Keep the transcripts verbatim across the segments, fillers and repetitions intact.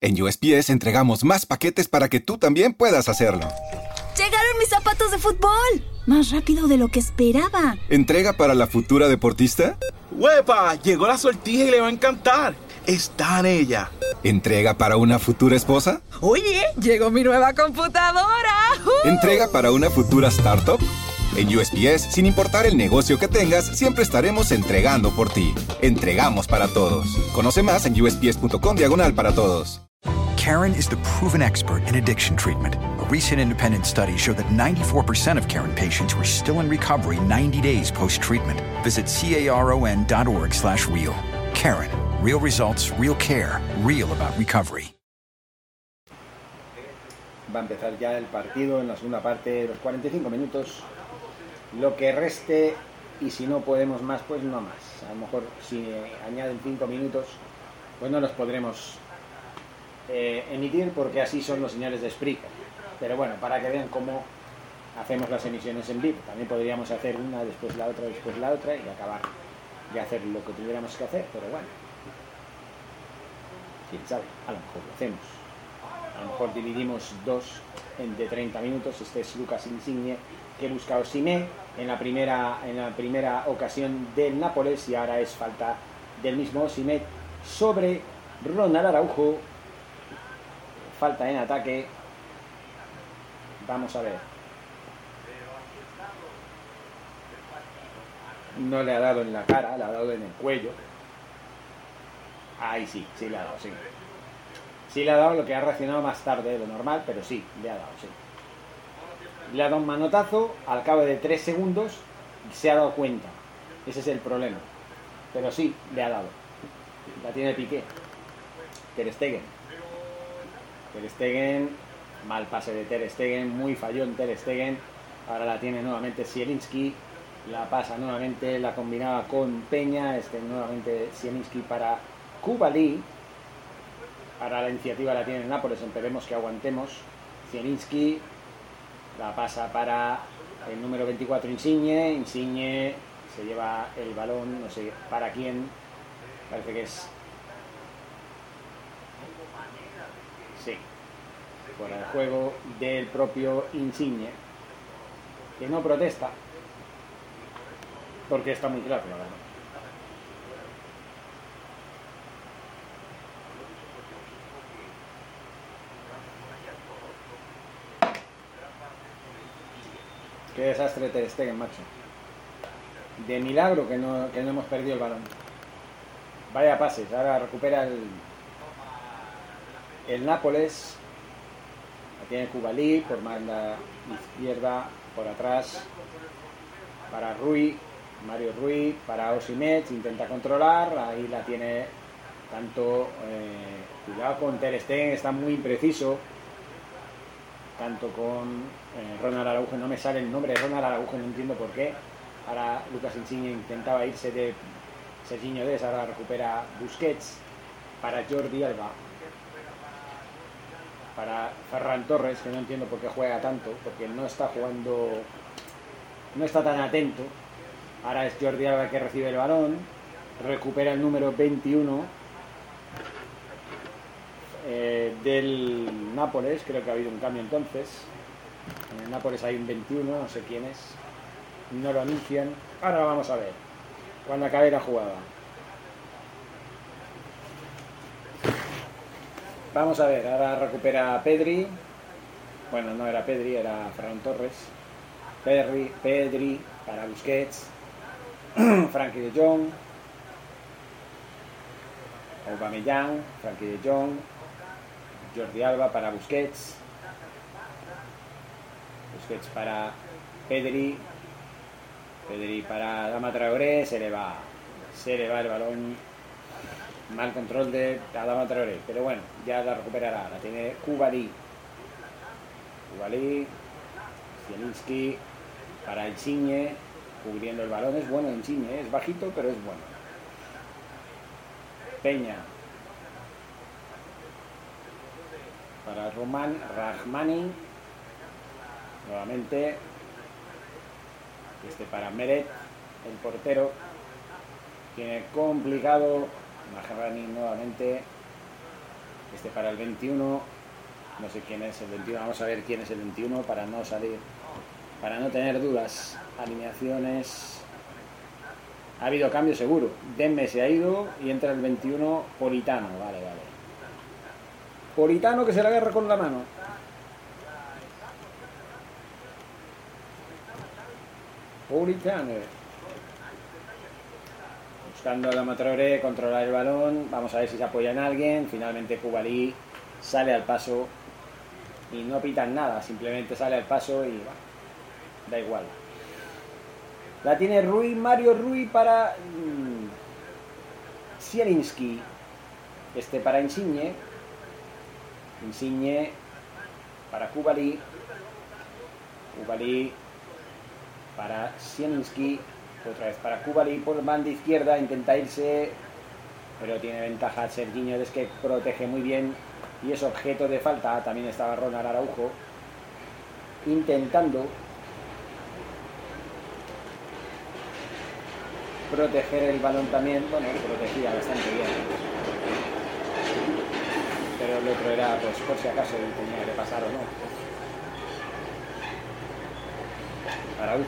En U S P S entregamos más paquetes para que tú también puedas hacerlo. ¡Llegaron mis zapatos de fútbol! Más rápido de lo que esperaba. ¿Entrega para la futura deportista? ¡Huepa! Llegó la sortija y le va a encantar. Está en ella. ¿Entrega para una futura esposa? Oye, llegó mi nueva computadora. ¡Uh! ¿Entrega para una futura startup? En U S P S, sin importar el negocio que tengas, siempre estaremos entregando por ti. Entregamos para todos. Conoce más en usps.com diagonal para todos. Karen is the proven expert in addiction treatment. A recent independent study showed that ninety-four percent of Karen patients were still in recovery ninety days post-treatment. Visit caron.org slash real. Karen. Real results, real care, real about recovery. Va a empezar ya el partido en la segunda parte, los cuarenta y cinco minutos. Lo que reste, y si no podemos más, pues no más. A lo mejor si añaden cinco minutos, pues no los podremos eh, emitir, porque así son los señores de Spreaker. Pero bueno, para que vean cómo hacemos las emisiones en vivo. También podríamos hacer una, después la otra, después la otra, y acabar de hacer lo que tuviéramos que hacer, pero bueno. Quién sabe, a lo mejor lo hacemos. A lo mejor dividimos dos en de treinta minutos. Este es Lucas Insigne, que busca a Osimhen en la primera en la primera ocasión del Nápoles, y ahora es falta del mismo Osimhen sobre Ronald Araujo. Falta en ataque. Vamos a ver. No le ha dado en la cara, le ha dado en el cuello. Ahí sí, sí le ha dado, sí. Sí le ha dado, lo que ha reaccionado más tarde de lo normal, pero sí, le ha dado, sí. Le ha dado un manotazo, al cabo de tres segundos se ha dado cuenta. Ese es el problema. Pero sí, le ha dado. La tiene Piqué. Ter Stegen. Ter Stegen, mal pase de Ter Stegen, muy fallón Ter Stegen. Ahora la tiene nuevamente Zielinski. La pasa nuevamente, la combinaba con Peña. Este nuevamente Zielinski para Koulibaly. Ahora la iniciativa la tiene el Nápoles, esperemos que aguantemos. Zielinski la pasa para el número veinticuatro, Insigne. Insigne se lleva el balón, no sé para quién. Parece que es... Sí, fuera de juego del propio Insigne, que no protesta, porque está muy claro, la verdad. Qué desastre Ter Stegen, macho. De milagro que no, que no hemos perdido el balón. Vaya pases, ahora recupera el, el Nápoles. La tiene Koulibaly por banda izquierda, por atrás. Para Rui, Mario Rui, para Osimhen, intenta controlar. Ahí la tiene tanto... Eh, cuidado con Ter Stegen, está muy impreciso. Tanto con eh, Ronald Araujo, no me sale el nombre de Ronald Araujo, no entiendo por qué. Ahora Lucas Insigne intentaba irse de Serginho Dest, ahora recupera Busquets para Jordi Alba. Para Ferran Torres, que no entiendo por qué juega tanto, porque no está jugando, no está tan atento. Ahora es Jordi Alba que recibe el balón, recupera el número veintiuno eh, del Nápoles. Creo que ha habido un cambio entonces. En el Nápoles hay un veintiuno, no sé quién es, no lo anuncian. Ahora vamos a ver cuando acabe la jugada. Vamos a ver, ahora recupera Pedri. Bueno, no era Pedri, era Ferran Torres. Pedri, Pedri para Busquets. Frenkie de Jong. Aubameyang, Frenkie de Jong. Jordi Alba para Busquets. Busquets para Pedri. Pedri para Adama Traoré. Se le va. Se le va el balón. Mal control de Adama Traoré. Pero bueno, ya la recuperará. La tiene Koulibaly. Koulibaly. Zielinski para Insigne. Cubriendo el balón. Es bueno Insigne. Es bajito, pero es bueno. Peña. Para Roman Rahmani. Nuevamente. Este para Meret, el portero. Tiene complicado. Rahmani nuevamente. Este para el veintiuno. No sé quién es el veintiuno. Vamos a ver quién es el veintiuno para no salir, para no tener dudas. Alineaciones. Ha habido cambio seguro. Demme se ha ido y entra el veintiuno Politano. Vale, vale. Politano que se la agarra con la mano. Politano. Buscando a Adama Traoré, controlar el balón. Vamos a ver si se apoya en alguien. Finalmente Koulibaly sale al paso y no pitan nada. Simplemente sale al paso y bueno, da igual. La tiene Rui, Mario Rui para mmm, Zielinski. Este para Insigne. Insigne para Koulibaly. Koulibaly para Zielinski. Otra vez para Koulibaly por banda izquierda. Intenta irse, pero tiene ventaja Serginho, es que protege muy bien y es objeto de falta. También estaba Ronald Araujo intentando proteger el balón también. Bueno, protegía bastante bien, pero el otro era pues por si acaso tenía que pasar o no. Araujo.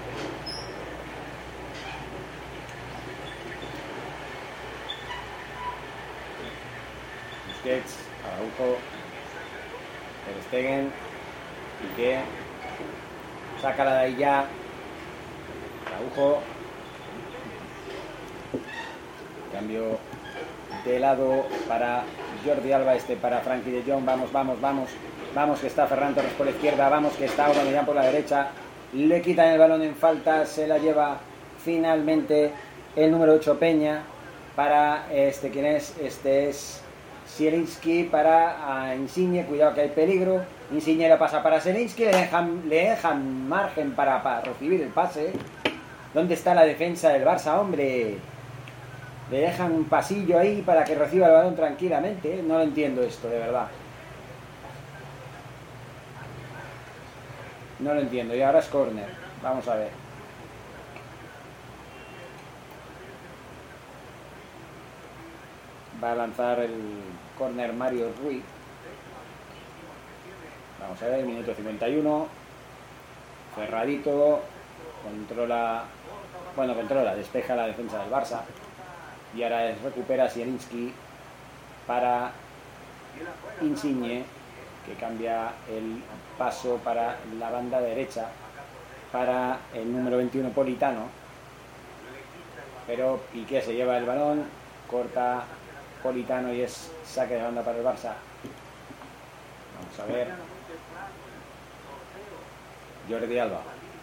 Busquets, Araujo, Ter Stegen, Piqué, sácala de ahí ya, Araujo, cambio de lado para Jordi Alba, este para Frenkie de Jong. Vamos, vamos, vamos, vamos que está Ferran Torres por la izquierda, vamos que está Aubameyang por la derecha, le quitan el balón en falta, se la lleva finalmente el número ocho Peña para este, ¿quién es? Este es Zielinski para Insigne, cuidado que hay peligro. Insigne la pasa para Zielinski, le dejan, le dejan margen para, para recibir el pase. ¿Dónde está la defensa del Barça, hombre? Le dejan un pasillo ahí para que reciba el balón tranquilamente. No lo entiendo esto, de verdad. No lo entiendo. Y ahora es córner. Vamos a ver. Va a lanzar el córner Mario Rui. Vamos a ver, minuto cincuenta y uno. Cerradito. Controla. Bueno, controla, despeja la defensa del Barça. Y ahora recupera Zielinski para Insigne, que cambia el paso para la banda derecha para el número veintiuno Politano. Pero Piqué se lleva el balón, corta Politano y es saque de banda para el Barça. Vamos a ver. Jordi Alba.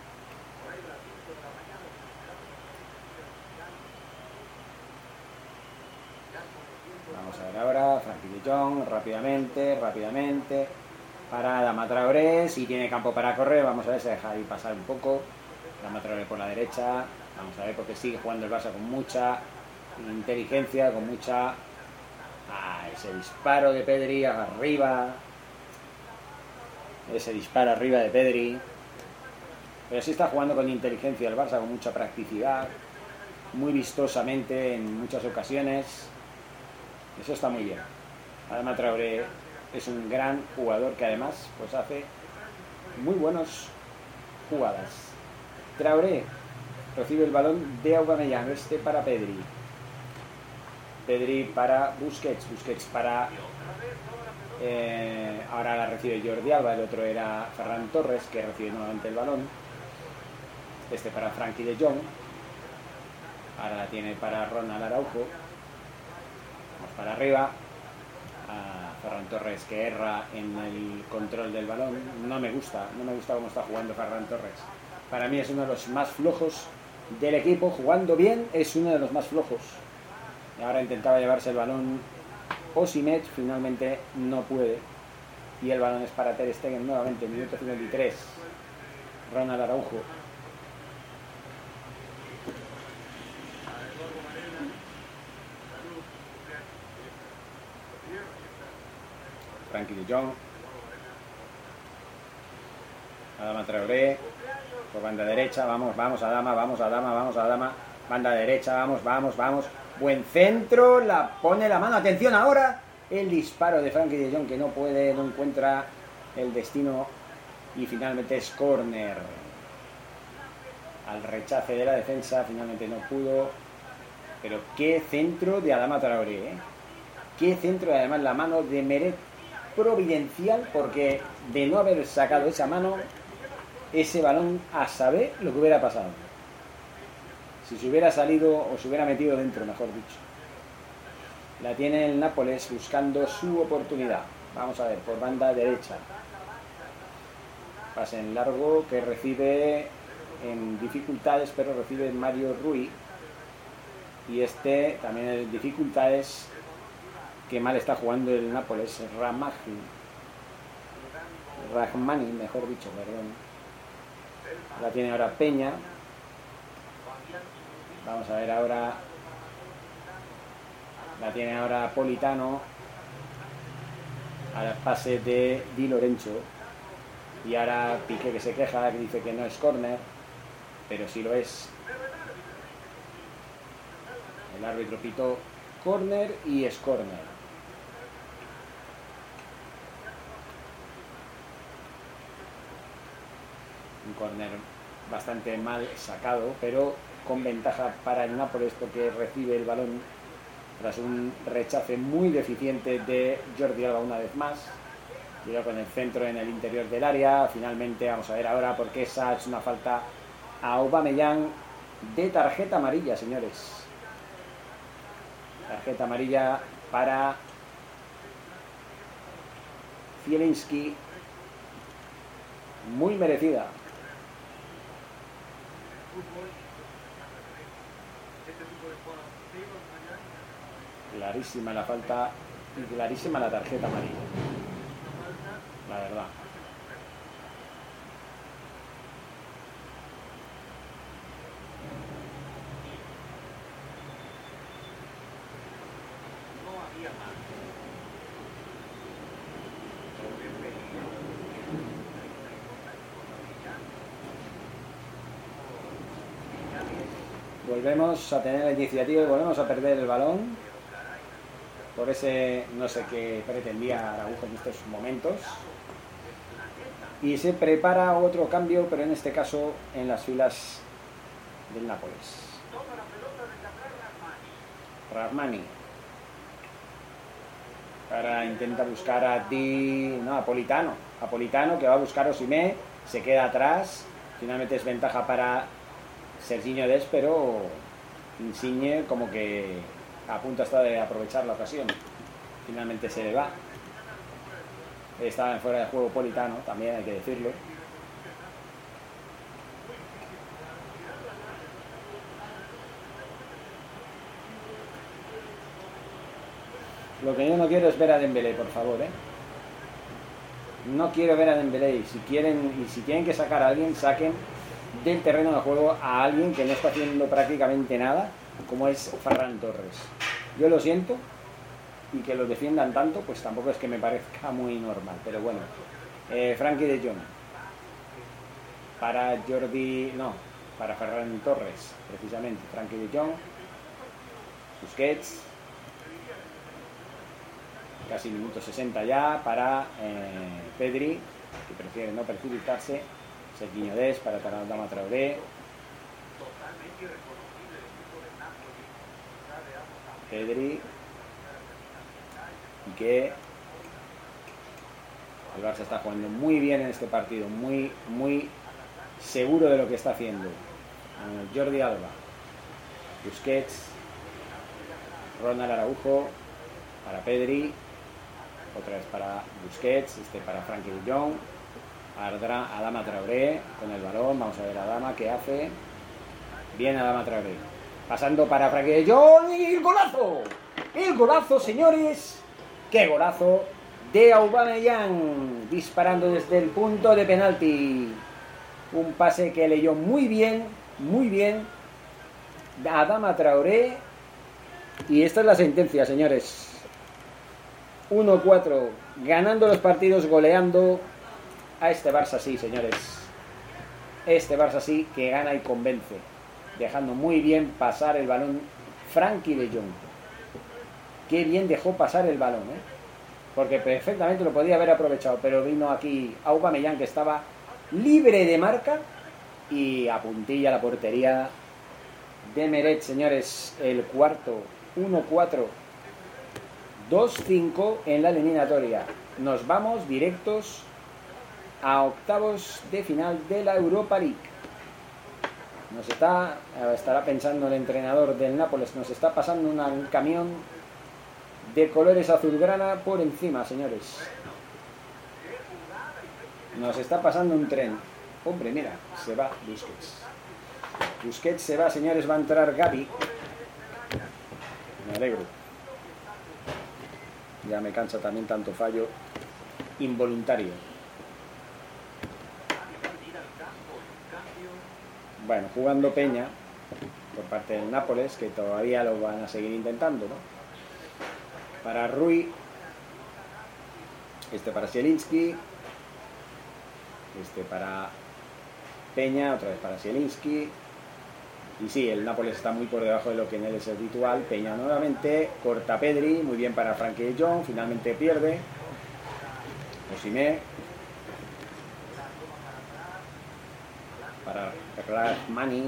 Vamos a ver ahora, Frenkie de Jong, rápidamente, rápidamente, para Adama Traoré, si tiene campo para correr, vamos a ver, se deja ahí pasar un poco, Adama Traoré por la derecha, vamos a ver porque sigue jugando el Barça con mucha inteligencia, con mucha... Ah, ese disparo de Pedri arriba, ese disparo arriba de Pedri, pero sí está jugando con inteligencia el Barça, con mucha practicidad, muy vistosamente en muchas ocasiones. Eso está muy bien. Adama Traoré es un gran jugador que además pues hace muy buenas jugadas. Traoré recibe el balón de Aubameyang, este para Pedri. Pedri para Busquets, Busquets para... Eh, ahora la recibe Jordi Alba, el otro era Ferran Torres, que recibe nuevamente el balón. Este para Frenkie de Jong. Ahora la tiene para Ronald Araujo. Vamos para arriba. A Ferran Torres, que erra en el control del balón. No me gusta, no me gusta cómo está jugando Ferran Torres. Para mí es uno de los más flojos del equipo. Jugando bien es uno de los más flojos. Y ahora intentaba llevarse el balón Osimhen, finalmente no puede. Y el balón es para Ter Stegen nuevamente, minuto cincuenta y tres. Ronald Araujo. Frenkie de Jong. Adama Traoré. Por banda derecha, vamos, vamos Adama, vamos Adama, vamos Adama. Banda derecha, vamos, vamos, vamos. Buen centro, la pone la mano, atención ahora. el disparo de Frenkie de Jong, que no puede, no encuentra el destino, y finalmente es córner. Al rechace de la defensa, finalmente no pudo, pero qué centro de Adama Traoré, ¿eh? Qué centro, además la mano de Meret providencial, porque de no haber sacado esa mano, ese balón, a saber lo que hubiera pasado. Si se hubiera salido o se hubiera metido dentro, mejor dicho. La tiene el Nápoles buscando su oportunidad. Vamos a ver, por banda derecha. Pase en largo que recibe en dificultades, pero recibe Mario Rui. Y este también en dificultades, que mal está jugando el Nápoles, Rahmani. Rahmani, mejor dicho, perdón. La tiene ahora Peña. Vamos a ver ahora. La tiene ahora Politano. Al pase de Di Lorenzo. Y ahora Piqué, que se queja, que dice que no es córner, pero sí lo es. El árbitro pitó córner y es córner. Un córner bastante mal sacado, pero con ventaja para el Nápoles, porque recibe el balón tras un rechace muy deficiente de Jordi Alba una vez más. Y luego con el centro en el interior del área. Finalmente vamos a ver ahora, porque esa es una falta a Aubameyang de tarjeta amarilla, señores. Tarjeta amarilla para Zielinski, muy merecida. Clarísima la falta y clarísima la tarjeta amarilla, la verdad. Volvemos a tener la iniciativa y volvemos a perder el balón por ese no sé qué pretendía Araujo en estos momentos. Y se prepara otro cambio, pero en este caso en las filas del Nápoles. Rahmani para intentar buscar a Di... no, a Politano. A Politano, que va a buscar a Osimhen, se queda atrás. Finalmente es ventaja para Serginho Dest, pero Insigne como que a punto está de aprovechar la ocasión. Finalmente se le va. Estaba fuera de juego Politano, también hay que decirlo. Lo que yo no quiero es ver a Dembélé, por favor, ¿eh? No quiero ver a Dembélé. Si quieren, y si tienen que sacar a alguien, saquen del terreno de juego a alguien que no está haciendo prácticamente nada, como es Ferran Torres. Yo lo siento, y que lo defiendan tanto, pues tampoco es que me parezca muy normal, pero bueno. eh, Frenkie de Jong para Jordi, no, para Ferran Torres, precisamente. Frenkie de Jong, Busquets, casi minuto sesenta ya para eh, Pedri, que prefiere no precipitarse. Serginho Dest para Adama Traoré. Pedri. Y que el Barça está jugando muy bien en este partido, muy, muy seguro de lo que está haciendo. Jordi Alba, Busquets, Ronald Araujo para Pedri, otra vez para Busquets, este para Frenkie de Jong. Adama Traoré con el balón. Vamos a ver a Adama qué hace. Bien Adama Traoré. Pasando para Frenkie de Jong y el golazo. El golazo, señores. Qué golazo de Aubameyang, disparando desde el punto de penalti. Un pase que leyó muy bien, muy bien Adama Traoré. Y esta es la sentencia, señores. uno cuatro. Ganando los partidos, goleando a este Barça, sí, señores. Este Barça sí que gana y convence, dejando muy bien pasar el balón Frenkie de Jong. Qué bien dejó pasar el balón, ¿eh? porque perfectamente lo podía haber aprovechado, pero vino aquí Aubameyang, que estaba libre de marca, y a puntilla la portería de Meret, señores. El cuarto, uno cuatro, dos cinco en la eliminatoria. Nos vamos directos a octavos de final de la Europa League. Nos está, estará pensando el entrenador del Nápoles, nos está pasando una, un camión de colores azulgrana por encima, señores. Nos está pasando un tren. Hombre, mira, se va Busquets. Busquets se va, señores, va a entrar Gavi. Me alegro. Ya me cansa también tanto fallo involuntario. Bueno, jugando Peña por parte del Nápoles, que todavía lo van a seguir intentando, ¿no? Para Rui, este para Zielinski, este para Peña, otra vez para Zielinski. Y sí, el Nápoles está muy por debajo de lo que en él es habitual. Peña nuevamente, corta Pedri, muy bien para Frenkie de Jong, finalmente pierde. Osimhen, para Rahmani,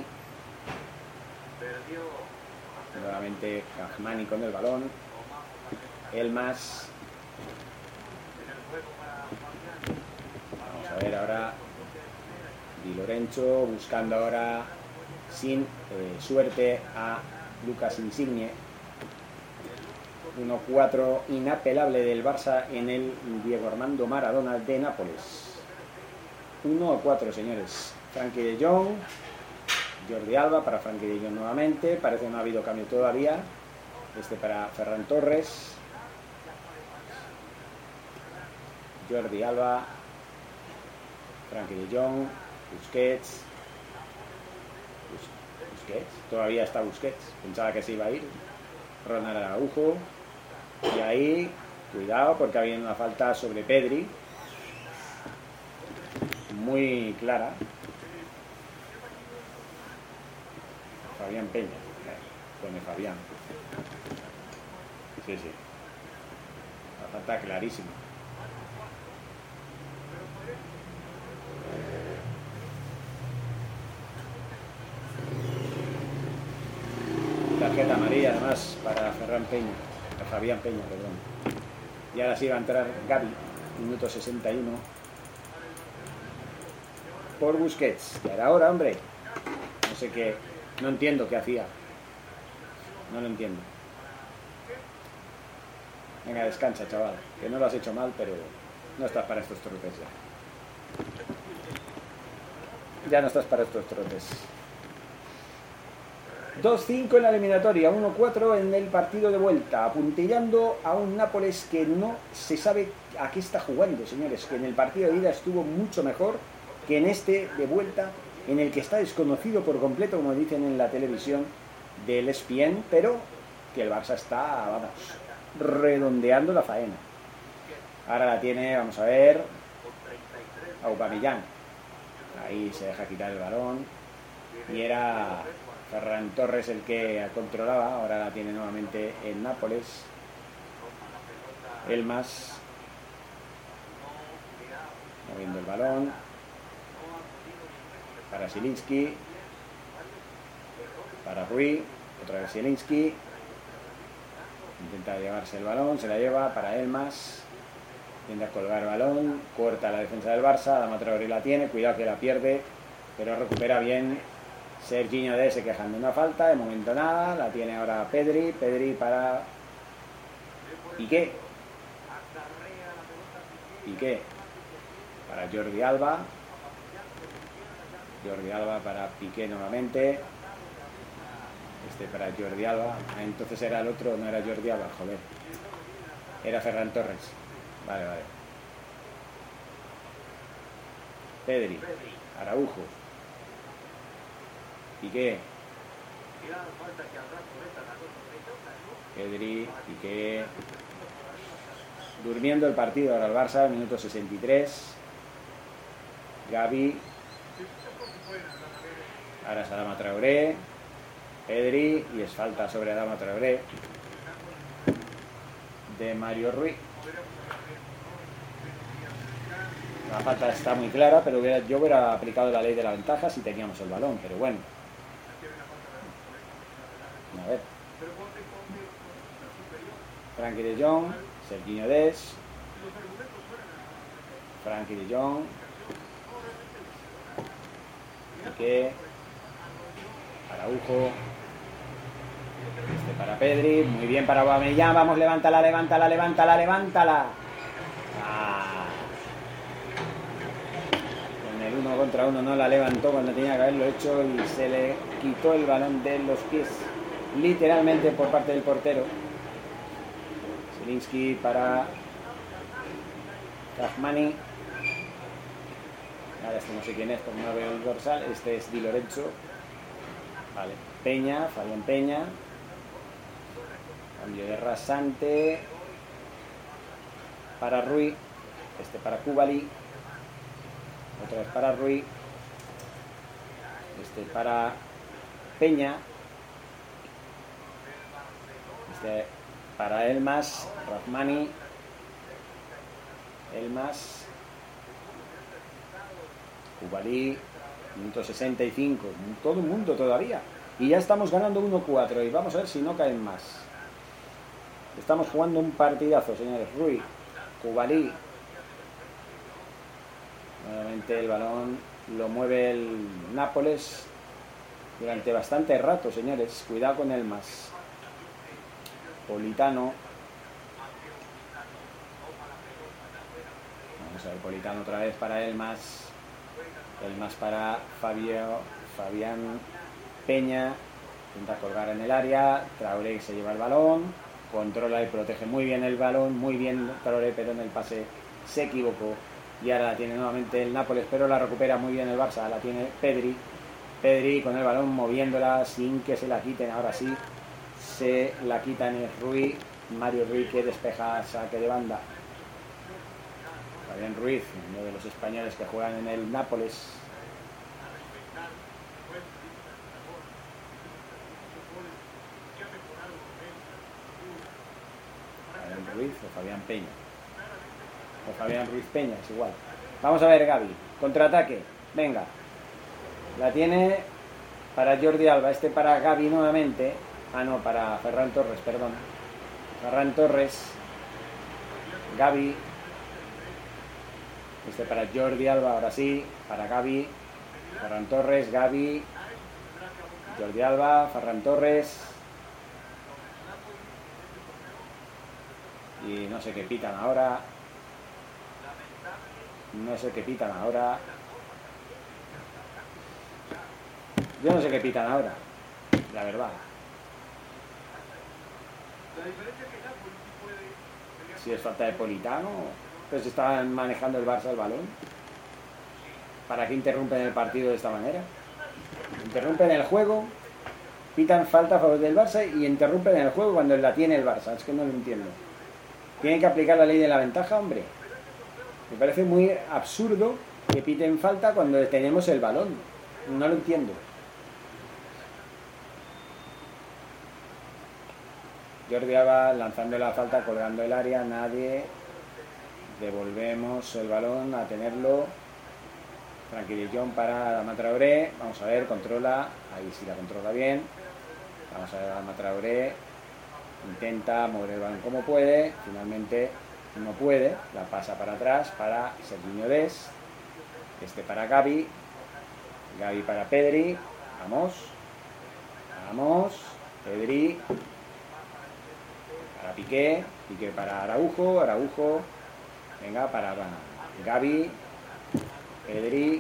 nuevamente Rahmani con el balón. Elmas, vamos a ver ahora Di Lorenzo buscando ahora sin eh, suerte a Lucas Insigne. uno cuatro inapelable del Barça en el Diego Armando Maradona de Nápoles. uno a cuatro, señores. Frenkie de Jong, Jordi Alba para Frenkie de Jong nuevamente. Parece que no ha habido cambio todavía. Este para Ferran Torres, Jordi Alba, Frenkie de Jong, Busquets. Busquets, todavía está Busquets, pensaba que se iba a ir. Ronald Araujo, y ahí, cuidado porque había una falta sobre Pedri, muy clara. Fabián Peña, pone Fabián. Sí, sí, la falta clarísima. Tarjeta amarilla además para Ferran Peña, para Fabián Peña, perdón. Y ahora sí va a entrar Gavi, minuto sesenta y uno. Por Busquets. Y ahora, hombre, no sé qué, no entiendo qué hacía. No lo entiendo. Venga, descansa, chaval, que no lo has hecho mal, pero no estás para estos trotes ya. Ya no estás para estos trotes. dos cinco en la eliminatoria, uno cuatro en el partido de vuelta, apuntillando a un Nápoles que no se sabe a qué está jugando, señores, que en el partido de ida estuvo mucho mejor que en este de vuelta, en el que está desconocido por completo, como dicen en la televisión del E S P N, pero que el Barça está, vamos, redondeando la faena. Ahora la tiene, vamos a ver, Aubameyang. Ahí se deja quitar el balón y era Ferran Torres el que controlaba. Ahora la tiene nuevamente en Nápoles. Elmas moviendo el balón para Zielinski, para Rui, otra vez Zielinski, intenta llevarse el balón, se la lleva para Elmas, intenta colgar el balón, corta la defensa del Barça. Adama Traoré la tiene, cuidado que la pierde, pero recupera bien Serginho de se quejan de una falta, de momento nada. La tiene ahora Pedri, Pedri para Piqué, Piqué para Jordi Alba, Jordi Alba para Piqué nuevamente, este para Jordi Alba. Ah, entonces era el otro, no era Jordi Alba, joder, era Ferran Torres. Vale, vale. Pedri, Araujo, Piqué, Pedri, Piqué, durmiendo el partido ahora el Barça, minuto sesenta y tres. Gavi, ahora es Adama Traoré, Pedri, y es falta sobre Adama Traoré de Mario Rui. La falta está muy clara, pero hubiera, yo hubiera aplicado la ley de la ventaja si teníamos el balón, pero bueno. A ver. Frankie de Jong, Serginho Dest, Frankie de Jong, Piqué, Araujo, este para Pedri, muy bien para Aubameyang, vamos, levántala, levántala, levántala, levántala. Ah. Con el uno contra uno no la levantó cuando tenía que haberlo hecho y se le quitó el balón de los pies, literalmente por parte del portero. Zielinski para Rahmani. Ahora este no sé quién es porque no veo el dorsal. Este es Di Lorenzo. Vale, Peña, Fabián Peña. Cambio de rasante para Rui. Este para Koulibaly. Otra vez para Rui. Este para Peña. Este para Elmas, Rahmani, Elmas, Koulibaly, minuto sesenta y cinco, todo el mundo todavía. Y ya estamos ganando uno cuatro y vamos a ver si no caen más. Estamos jugando un partidazo, señores. Rui, Koulibaly. Nuevamente el balón lo mueve el Nápoles durante bastante rato, señores. Cuidado con Elmas. Politano. Vamos a ver, Politano otra vez para Elmas. Elmas para Fabio, Fabián Peña. Intenta colgar en el área. Traoré se lleva el balón. Controla y protege muy bien el balón. Muy bien Traoré, pero en el pase se equivocó. Y ahora la tiene nuevamente el Nápoles, pero la recupera muy bien el Barça. La tiene Pedri. Pedri con el balón moviéndola sin que se la quiten. Ahora sí. Se la quitan el Ruiz, Mario Ruiz, que despeja, saque de banda. Fabián Ruiz, uno de los españoles que juegan en el Nápoles. Fabián Ruiz o Fabián Peña. O Fabián Ruiz Peña, es igual. Vamos a ver Gavi, contraataque, venga. La tiene para Jordi Alba, este para Gavi nuevamente. Ah, no, para Ferran Torres, perdón. Ferran Torres. Gavi. Este para Jordi Alba, ahora sí. Para Gavi. Ferran Torres, Gavi. Jordi Alba, Ferran Torres. Y no sé qué pitan ahora. No sé qué pitan ahora. Yo no sé qué pitan ahora. La verdad. Si es falta de Politano, pues estaban manejando el Barça el balón. ¿Para qué interrumpen el partido de esta manera? Interrumpen el juego, pitan falta a favor del Barça y interrumpen el juego cuando la tiene el Barça. Es que no lo entiendo. Tienen que aplicar la ley de la ventaja, hombre. Me parece muy absurdo que piten falta cuando tenemos el balón. No lo entiendo. Jordi Alba lanzando la falta, colgando el área, nadie. Devolvemos el balón a tenerlo. Frankie de Jong para Adama Traoré. Vamos a ver, controla. Ahí sí la controla bien. Vamos a ver a Adama Traoré. Intenta mover el balón como puede. Finalmente no puede. La pasa para atrás para Serginho Dest. Este para Gavi. Gavi para Pedri. Vamos. Vamos. Pedri. Para Piqué, Piqué para Araujo, Araujo, venga, para Gavi, Pedri,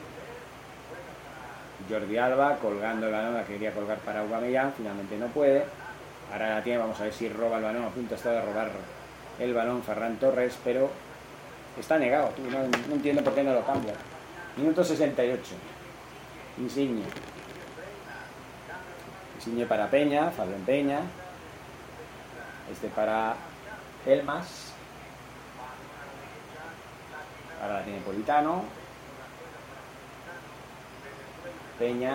Jordi Alba, colgando el balón, la quería colgar para Aubameyang, finalmente no puede. Ahora la tiene, vamos a ver si roba el balón, a punto está de robar el balón Ferran Torres, pero está negado, tú, no, no entiendo por qué no lo cambia. Minuto sesenta y ocho, Insigne. Insigne para Peña, Fabián Peña. Este para Elmas. Ahora la tiene Politano. Peña.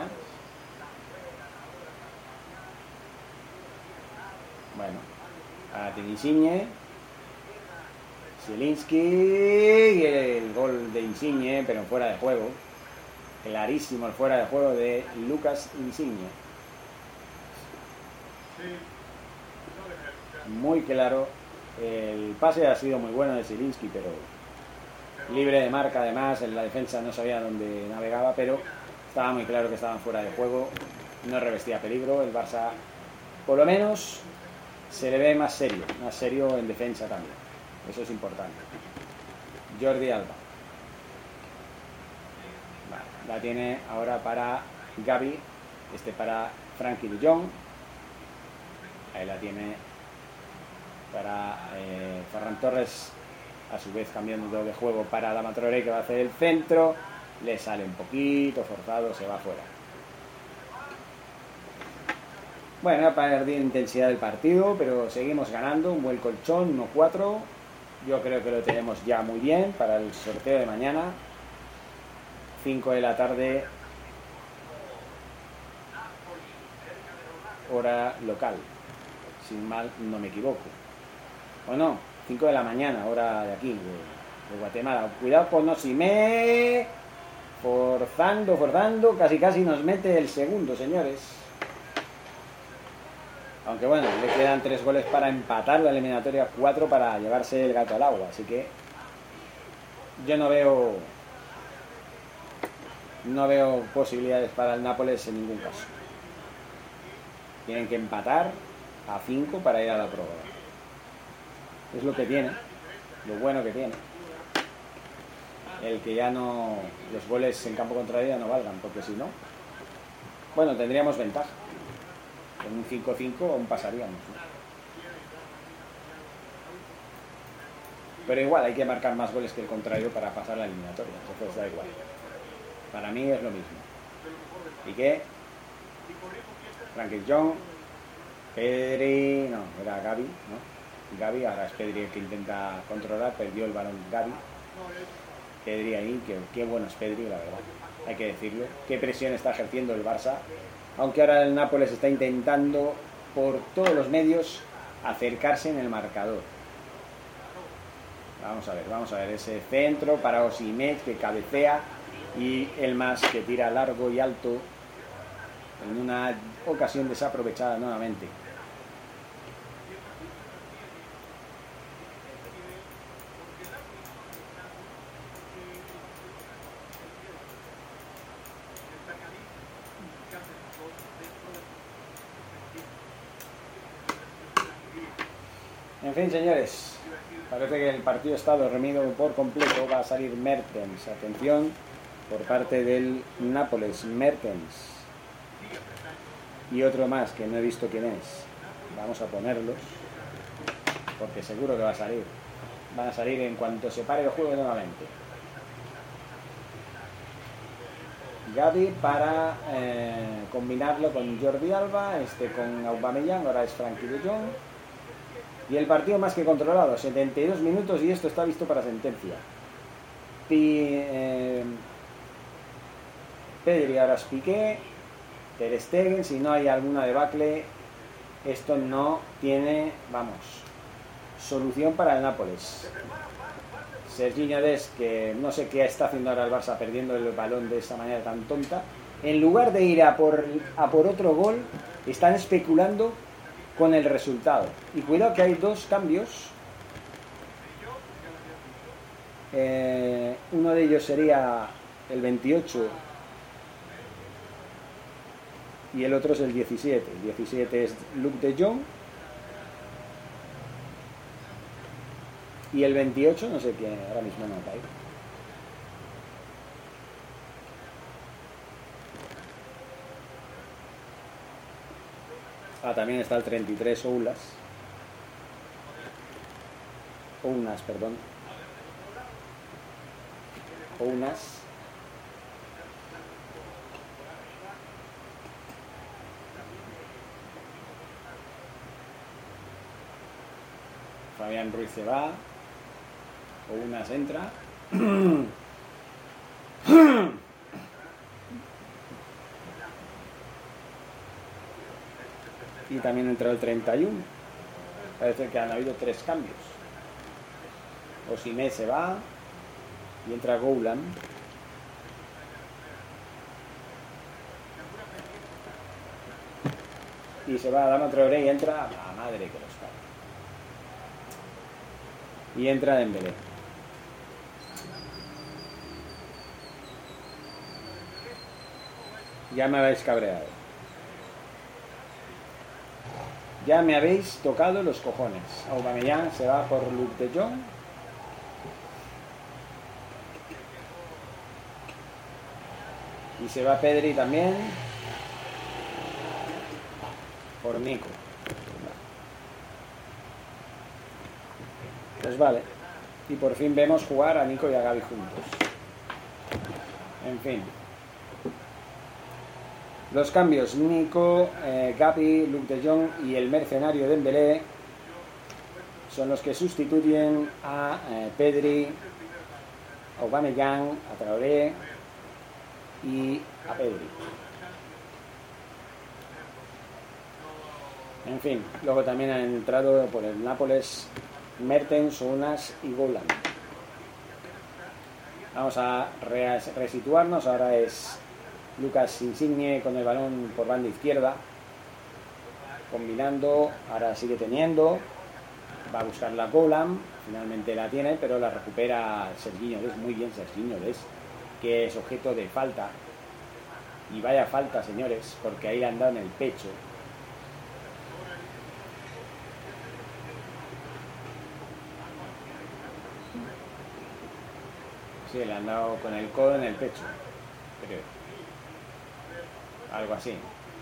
Bueno. Ahora tiene Insigne. Zielinski y el gol de Insigne, pero fuera de juego. Clarísimo el fuera de juego de Lucas Insigne. Muy claro. El pase ha sido muy bueno de Zielinski, pero libre de marca además. En la defensa no sabía dónde navegaba, pero estaba muy claro que estaban fuera de juego. No revestía peligro. El Barça, por lo menos, se le ve más serio. Más serio en defensa también. Eso es importante. Jordi Alba. Vale, la tiene ahora para Gavi. Este para Frenkie de Jong. Ahí la tiene para eh, Ferran Torres. A su vez cambiando de juego para Adama Traoré, que va a hacer el centro. Le sale un poquito forzado, se va fuera. Bueno, ha perdido intensidad del partido, pero seguimos ganando. Un buen colchón, uno cuatro. Yo creo que lo tenemos ya muy bien para el sorteo de mañana. cinco de la tarde, hora local. Sin mal, no me equivoco. ¿O no? cinco de la mañana, hora de aquí, de, de Guatemala. Cuidado con Osimhen. Forzando, forzando. Casi, casi nos mete el segundo, señores. Aunque bueno, le quedan tres goles para empatar la eliminatoria, cuatro para llevarse el gato al agua. Así que yo no veo no veo posibilidades para el Nápoles en ningún caso. Tienen que empatar a cinco para ir a la prórroga. Es lo que tiene, lo bueno que tiene. El que ya no, los goles en campo contrario ya no valgan, porque si no, bueno, tendríamos ventaja. En un cinco cinco aún pasaríamos, ¿no? Pero igual hay que marcar más goles que el contrario para pasar la eliminatoria. Entonces da igual. Para mí es lo mismo. ¿Y qué? Frenkie de Jong, Pedri, no, era Gavi, ¿no? Gavi, ahora es Pedri el que intenta controlar, perdió el balón Gavi. Pedri ahí, que qué bueno es Pedri, la verdad, hay que decirlo. Qué presión está ejerciendo el Barça, aunque ahora el Nápoles está intentando por todos los medios acercarse en el marcador. Vamos a ver, vamos a ver ese centro para Osimhen, que cabecea, y el más que tira largo y alto en una ocasión desaprovechada nuevamente. En fin, señores, parece que el partido está dormido por completo. Va a salir Mertens. Atención por parte del Nápoles. Mertens. Y otro más que no he visto quién es. Vamos a ponerlos, porque seguro que va a salir. Van a salir en cuanto se pare el juego nuevamente. Gavi para eh, combinarlo con Jordi Alba. Este con Aubameyang. Ahora es Frenkie de Jong. Y el partido más que controlado, setenta y dos minutos, y esto está visto para sentencia. Pi, eh, Pedri, ahora es Piqué, Ter Stegen. Si no hay alguna debacle, esto no tiene, vamos, solución para el Nápoles. Serginho Dest, que no sé qué está haciendo ahora el Barça perdiendo el balón de esa manera tan tonta. En lugar de ir a por, a por otro gol, están especulando con el resultado. Y cuidado que hay dos cambios. Eh, uno de ellos sería el veintiocho y el otro es el diecisiete. El diecisiete es Luke de Jong y el veintiocho no sé quién, ahora mismo no caigo. Ah, también está el treinta y tres, Oulas. Ounas, perdón. Ounas. Fabián Ruiz se va. Ounas entra. Y también entró el treinta y uno. Parece que han habido tres cambios. Osimhen se va y entra Goulam. Y se va Adama Traoré y entra la madre que los parió. Y entra Dembélé. Ya me habéis cabreado. Ya me habéis tocado los cojones. Aubameyang se va por Luke de Jong. Y se va Pedri también. Por Nico. Pues vale. Y por fin vemos jugar a Nico y a Gavi juntos. En fin. Los cambios. Nico, eh, Gavi, Luke de Jong y el mercenario Dembélé son los que sustituyen a eh, Pedri, a Aubameyang, a Traoré y a Pedri. En fin, luego también han entrado por el Nápoles Mertens, Ounas y Goulam. Vamos a resituarnos. Ahora es Lucas Insigne con el balón por banda izquierda, combinando. Ahora sigue teniendo, va a buscar la Goulam, finalmente la tiene, pero la recupera Serginho Dest. Muy bien Serginho Dest, que es objeto de falta. Y vaya falta, señores, porque ahí le han dado en el pecho. Sí, le han dado con el codo en el pecho, creo. Algo así.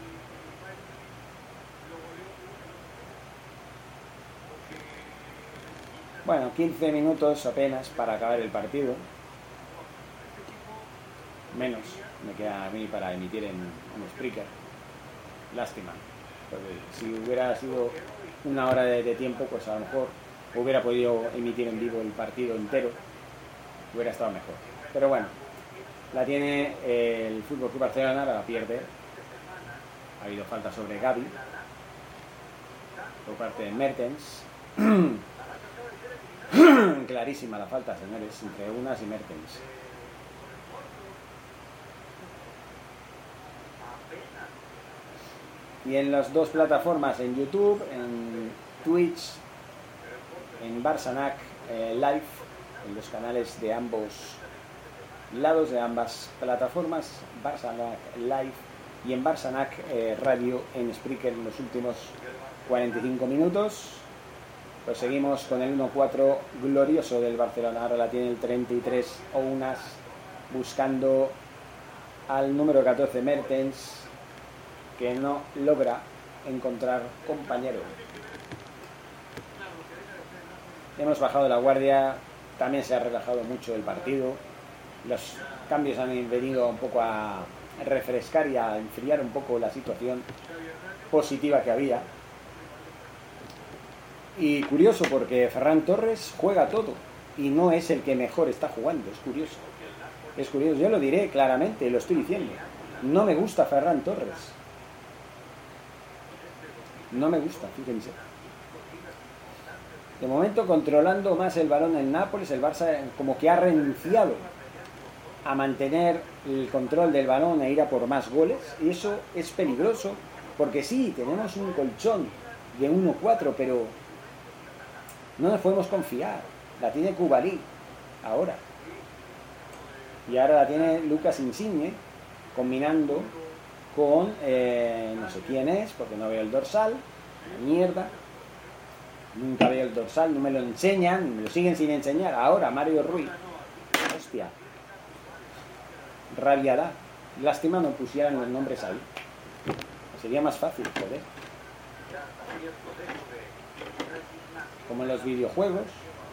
Bueno, quince minutos apenas para acabar el partido. Menos me queda a mí para emitir en un Spreaker. Lástima. Porque si hubiera sido una hora de, de tiempo, pues a lo mejor hubiera podido emitir en vivo el partido entero. Hubiera estado mejor. Pero bueno, la tiene el F C Barcelona, la pierde. Ha habido falta sobre Gavi por parte de Mertens. Clarísima la falta, señores, entre Ounas y Mertens. Y en las dos plataformas, en YouTube, en Twitch, en Barsanac eh, Live, en los canales de ambos lados, de ambas plataformas, Barsanac Live y en Barsanac eh, Radio en Spreaker en los últimos cuarenta y cinco minutos. Pues seguimos con el uno cuatro glorioso del Barcelona. Ahora la tiene el treinta y tres Ounas, buscando al número catorce Mertens, que no logra encontrar compañero. Hemos bajado la guardia, también se ha relajado mucho el partido. Los cambios han venido un poco a refrescar y a enfriar un poco la situación positiva que había. Y curioso, porque Ferran Torres juega todo y no es el que mejor está jugando. Es curioso. Es curioso, yo lo diré claramente, lo estoy diciendo. No me gusta Ferran Torres. No me gusta, fíjense. De momento, controlando más el balón en Nápoles, el Barça como que ha renunciado a mantener el control del balón e ir a por más goles. Y eso es peligroso, porque sí, tenemos un colchón de uno cuatro, pero no nos podemos confiar. La tiene Koulibaly ahora. Y ahora la tiene Lucas Insigne, combinando con, eh, no sé quién es, porque no veo el dorsal, mierda, nunca veo el dorsal, no me lo enseñan, me lo siguen sin enseñar, ahora Mario Rui, hostia, rabia da, lástima no pusieran los nombres ahí, sería más fácil, joder, como en los videojuegos.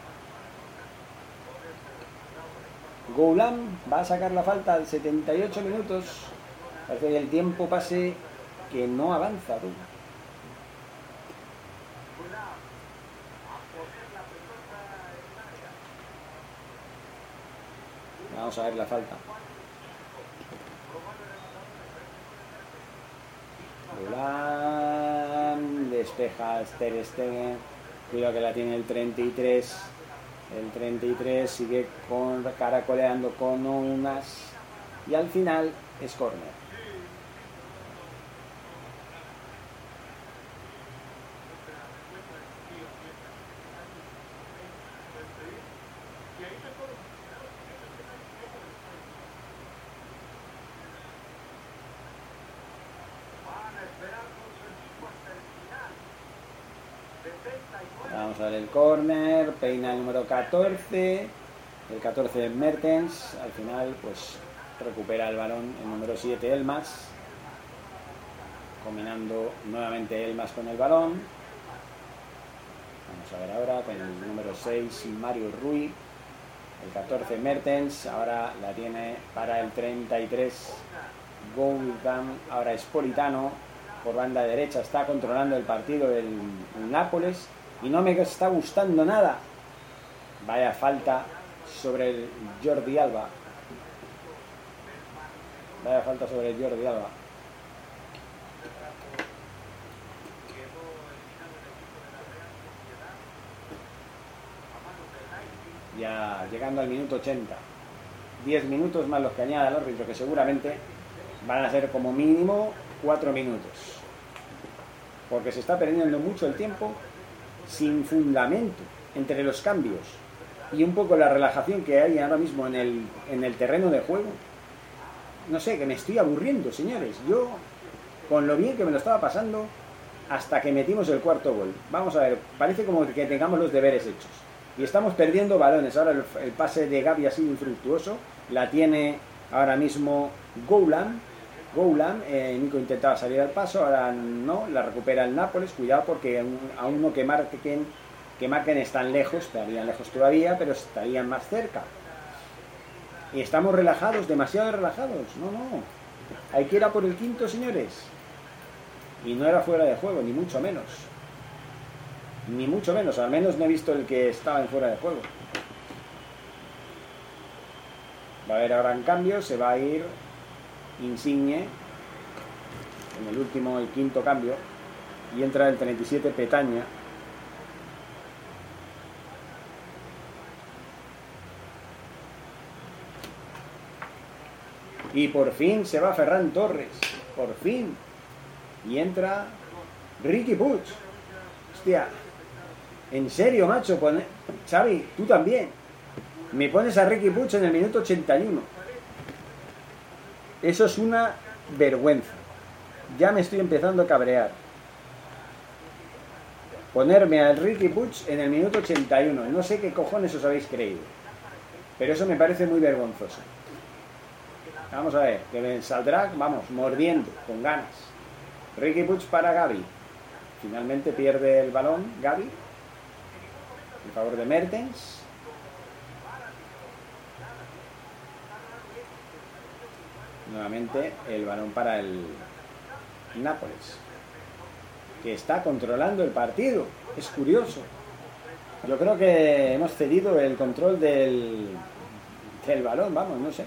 Goulam va a sacar la falta al setenta y ocho minutos. Parece que el tiempo pase que no avanza tú. Vamos a ver la falta. Goulam despeja Ter Stegen. Cuidado que la tiene el treinta y tres. El treinta y tres sigue con, caracoleando con unas y al final es córner. Vamos a ver el córner, peina el número catorce, el catorce de Mertens, al final pues recupera el balón el número siete Elmas, combinando nuevamente Elmas con el balón. Vamos a ver ahora con el número seis Mario Rui, el catorce Mertens, ahora la tiene para el treinta y tres Gouldam, ahora es Politano, por banda derecha está controlando el partido del Nápoles. Y no me está gustando nada. Vaya falta sobre el Jordi Alba. Vaya falta sobre el Jordi Alba. Ya llegando al minuto ochenta. diez minutos más los que añada el árbitro, que seguramente van a ser como mínimo cuatro minutos. Porque se está perdiendo mucho el tiempo sin fundamento entre los cambios y un poco la relajación que hay ahora mismo en el, en el terreno de juego. No sé, que me estoy aburriendo, señores. Yo, con lo bien que me lo estaba pasando hasta que metimos el cuarto gol. Vamos a ver, parece como que tengamos los deberes hechos. Y estamos perdiendo balones. Ahora el, el pase de Gavi ha sido infructuoso. La tiene ahora mismo Goulam. Goulam, eh, Nico intentaba salir al paso, ahora no, la recupera el Nápoles. Cuidado porque a uno que marquen, que marquen están lejos, estarían lejos todavía, pero estarían más cerca. Y estamos relajados, demasiado relajados. No, no, hay que ir a por el quinto, señores. Y no era fuera de juego, ni mucho menos. Ni mucho menos, al menos no he visto el que estaba en fuera de juego. Va a haber ahora en cambio, se va a ir Insigne en el último, el quinto cambio, y entra el treinta y siete Petaña. Y por fin se va Ferran Torres, por fin, y entra Riqui Puig. Hostia, en serio, macho, pone... Xavi, tú también me pones a Riqui Puig en el minuto ochenta y uno. Eso es una vergüenza. Ya me estoy empezando a cabrear. Ponerme al Riqui Puig en el minuto ochenta y uno. No sé qué cojones os habéis creído, pero eso me parece muy vergonzoso. Vamos a ver, que me saldrá, vamos, mordiendo, con ganas. Riqui Puig para Gavi. Finalmente pierde el balón Gavi en favor de Mertens. Nuevamente el balón para el Nápoles, que está controlando el partido. Es curioso. Yo creo que hemos cedido el control del, del balón, vamos, no sé.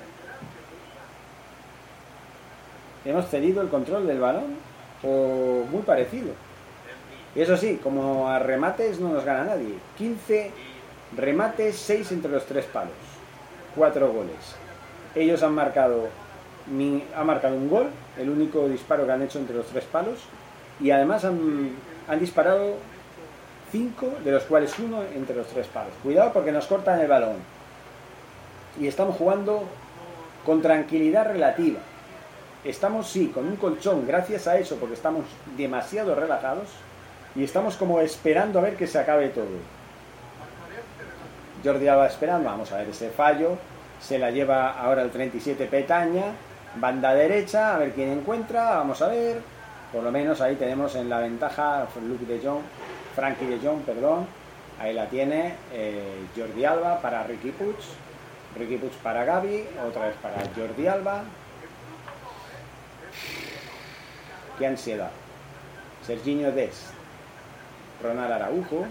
Hemos cedido el control del balón, o muy parecido. Y eso sí, como a remates no nos gana nadie. quince remates, seis entre los tres palos. cuatro goles. Ellos han marcado... Ni, ha marcado un gol, el único disparo que han hecho entre los tres palos, y además han, han disparado cinco, de los cuales uno entre los tres palos. Cuidado porque nos cortan el balón y estamos jugando con tranquilidad relativa. Estamos, sí, con un colchón gracias a eso, porque estamos demasiado relajados y estamos como esperando a ver que se acabe todo. Jordi Alba esperando, vamos a ver ese fallo, se la lleva ahora el treinta y siete Petaña. Banda derecha, a ver quién encuentra, vamos a ver. Por lo menos ahí tenemos en la ventaja Luke de Jong, Frankie de Jong, perdón. Ahí la tiene eh, Jordi Alba para Riqui Puig. Riqui Puig para Gavi, otra vez para Jordi Alba. Qué ansiedad. Serginho Dest, Ronald Araujo.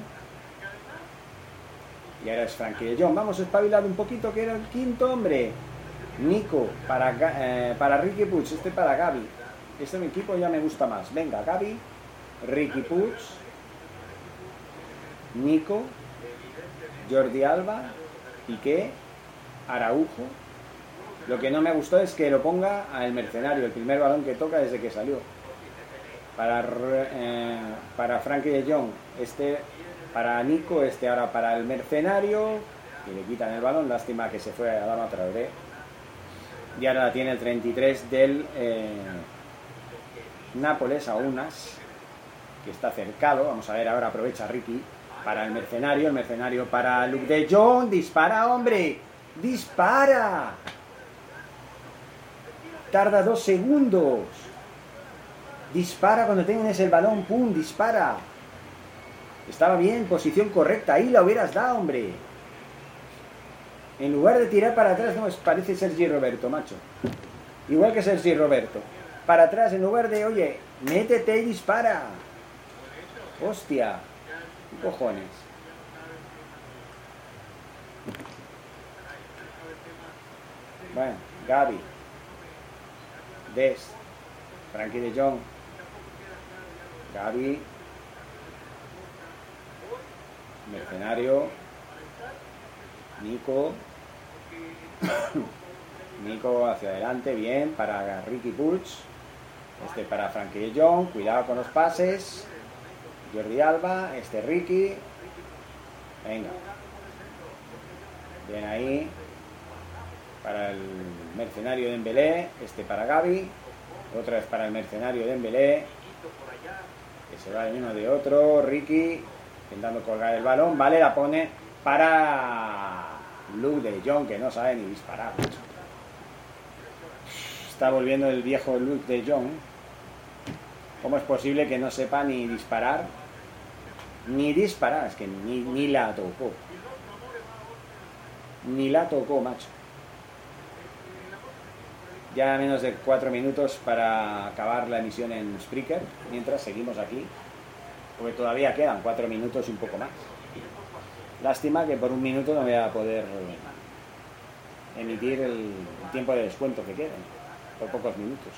Y ahora es Frankie de Jong. Vamos a espabilar un poquito, que era el quinto hombre. Nico para, eh, para Riqui Puig, este para Gavi. Este mi equipo ya me gusta más. Venga, Gavi, Riqui Puig, Nico, Jordi Alba, Piqué, Araujo. Lo que no me gustó es que lo ponga al Mercenario, el primer balón que toca desde que salió. Para, eh, para Frankie de Jong, este, para Nico, este ahora para el Mercenario, y le quitan el balón, lástima que se fue a Adama Traoré. Y ahora la tiene el treinta y tres del eh, Nápoles, a unas, que está cercado. Vamos a ver, ahora aprovecha Ricky para el Mercenario, el Mercenario para Luke de Jong, dispara, hombre, dispara. Tarda dos segundos. Dispara cuando tienes el balón, pum, dispara. Estaba bien, posición correcta, ahí la hubieras dado, hombre. En lugar de tirar para atrás, no, parece Sergi Roberto, macho. Igual que Sergi Roberto. Para atrás, en lugar de, oye, métete y dispara. Hostia, ¿qué cojones? Bueno, Gavi. Des. Frankie de Jong. Gavi. Mercenario. Nico. Nico hacia adelante, bien, para Ricky Puig. Este para Frankie de Jong, cuidado con los pases. Jordi Alba, este Ricky. Venga. Bien ahí. Para el Mercenario de Dembélé, este para Gavi. Otra vez para el Mercenario de Dembélé, que se va de uno de otro. Ricky intentando colgar el balón, vale, la pone para Luke de Jong, que no sabe ni disparar. Está volviendo el viejo Luke de Jong. ¿Cómo es posible que no sepa ni disparar? Ni disparar, es que ni, ni la tocó. Ni la tocó, macho. Ya menos de cuatro minutos para acabar la emisión en Spreaker, mientras seguimos aquí, porque todavía quedan cuatro minutos y un poco más. Lástima que por un minuto no voy a poder emitir el, el tiempo de descuento que queda, por pocos minutos.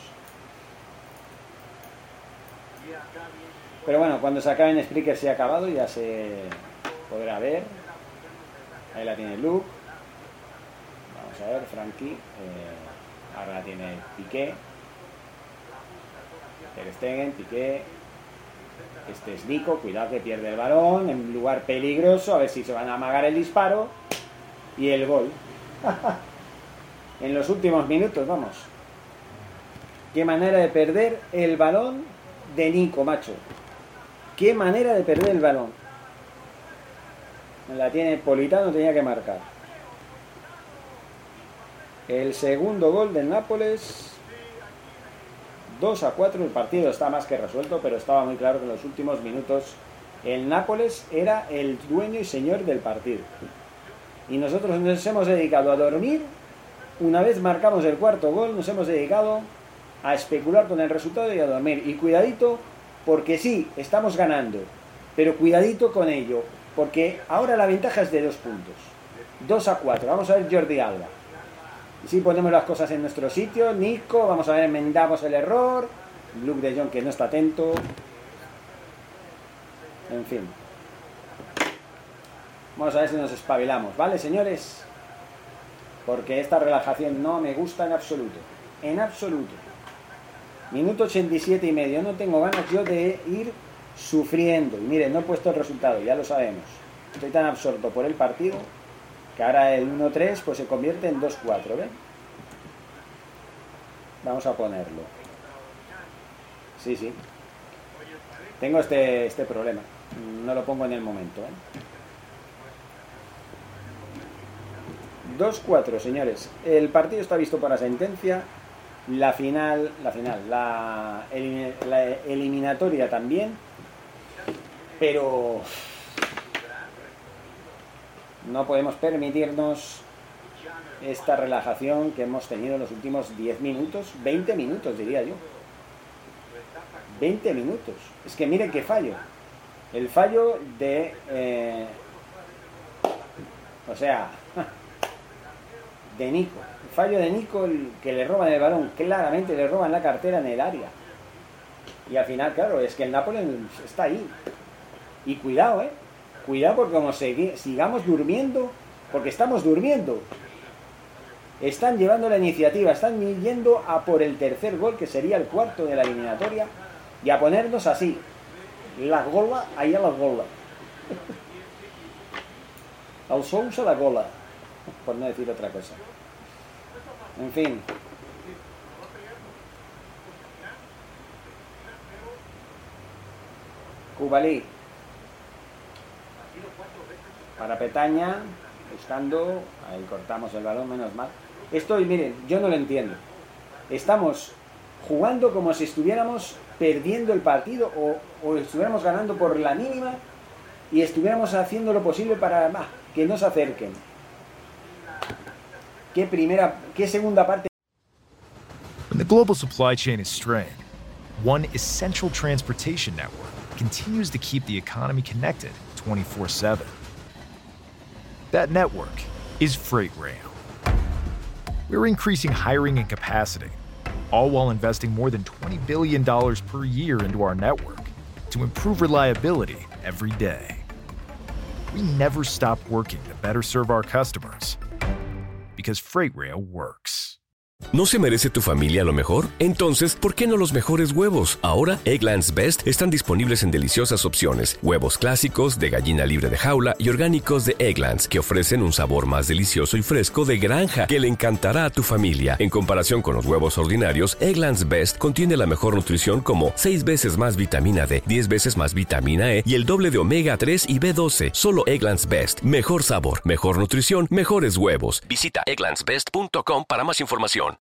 Pero bueno, cuando se acabe en Spreaker se ha acabado, ya se podrá ver. Ahí la tiene Luke. Vamos a ver, Frankie. Eh, Ahora la tiene Piqué. Ter Stegen, Piqué. Este es Nico, cuidado que pierde el balón en un lugar peligroso, a ver si se van a amagar el disparo. Y el gol. En los últimos minutos, vamos. Qué manera de perder el balón de Nico, macho. Qué manera de perder el balón. La tiene Politano, tenía que marcar. El segundo gol del Nápoles. dos a cuatro, el partido está más que resuelto, pero estaba muy claro que en los últimos minutos el Nápoles era el dueño y señor del partido. Y nosotros nos hemos dedicado a dormir. Una vez marcamos el cuarto gol, nos hemos dedicado a especular con el resultado y a dormir. Y cuidadito, porque sí, estamos ganando, pero cuidadito con ello, porque ahora la ventaja es de dos puntos. dos a cuatro, vamos a ver Jordi Alba. Y si ponemos las cosas en nuestro sitio, Nico, vamos a ver, enmendamos el error. Luke de Jong, que no está atento. En fin. Vamos a ver si nos espabilamos, ¿vale, señores? Porque esta relajación no me gusta en absoluto. En absoluto. Minuto ochenta y siete y medio. No tengo ganas yo de ir sufriendo. Y miren, no he puesto el resultado, ya lo sabemos. Estoy tan absorto por el partido que ahora el uno tres pues se convierte en dos cuatro, ¿ven? Vamos a ponerlo. Sí, sí. Tengo este, este problema. No lo pongo en el momento, ¿eh? dos cuatro, señores. El partido está visto para sentencia. La final, la final, la, elim, la eliminatoria también. Pero no podemos permitirnos esta relajación que hemos tenido en los últimos diez minutos, veinte minutos diría yo. veinte minutos. Es que miren qué fallo. El fallo de... Eh, o sea... de Nico. El fallo de Nico, el que le roban el balón. Claramente le roban la cartera en el área. Y al final, claro, es que el Nápoles está ahí. Y cuidado, ¿eh? Cuidado porque como segui- sigamos durmiendo, porque estamos durmiendo. Están llevando la iniciativa, están yendo a por el tercer gol, que sería el cuarto de la eliminatoria, y a ponernos así. La gola, ahí a la gola. Al sous a la gola, por no decir otra cosa. En fin. Cubalí. Para Petaña, buscando, ahí cortamos el balón, menos mal. Esto, miren, yo no lo entiendo. Estamos jugando como si estuviéramos perdiendo el partido o, o estuviéramos ganando por la mínima y estuviéramos haciendo lo posible para ah, que no se acerquen. ¿Qué primera, qué segunda parte? When the global supply chain is strained, one essential transportation network continues to keep the economy connected twenty-four seven. That network is Freight Rail. We're increasing hiring and capacity, all while investing more than twenty billion dollars per year into our network to improve reliability every day. We never stop working to better serve our customers because Freight Rail works. ¿No se merece tu familia lo mejor? Entonces, ¿por qué no los mejores huevos? Ahora, Eggland's Best están disponibles en deliciosas opciones. Huevos clásicos, de gallina libre de jaula y orgánicos de Eggland's, que ofrecen un sabor más delicioso y fresco de granja que le encantará a tu familia. En comparación con los huevos ordinarios, Eggland's Best contiene la mejor nutrición como seis veces más vitamina D, diez veces más vitamina E y el doble de omega tres y B doce. Solo Eggland's Best. Mejor sabor, mejor nutrición, mejores huevos. Visita egglands best punto com para más información.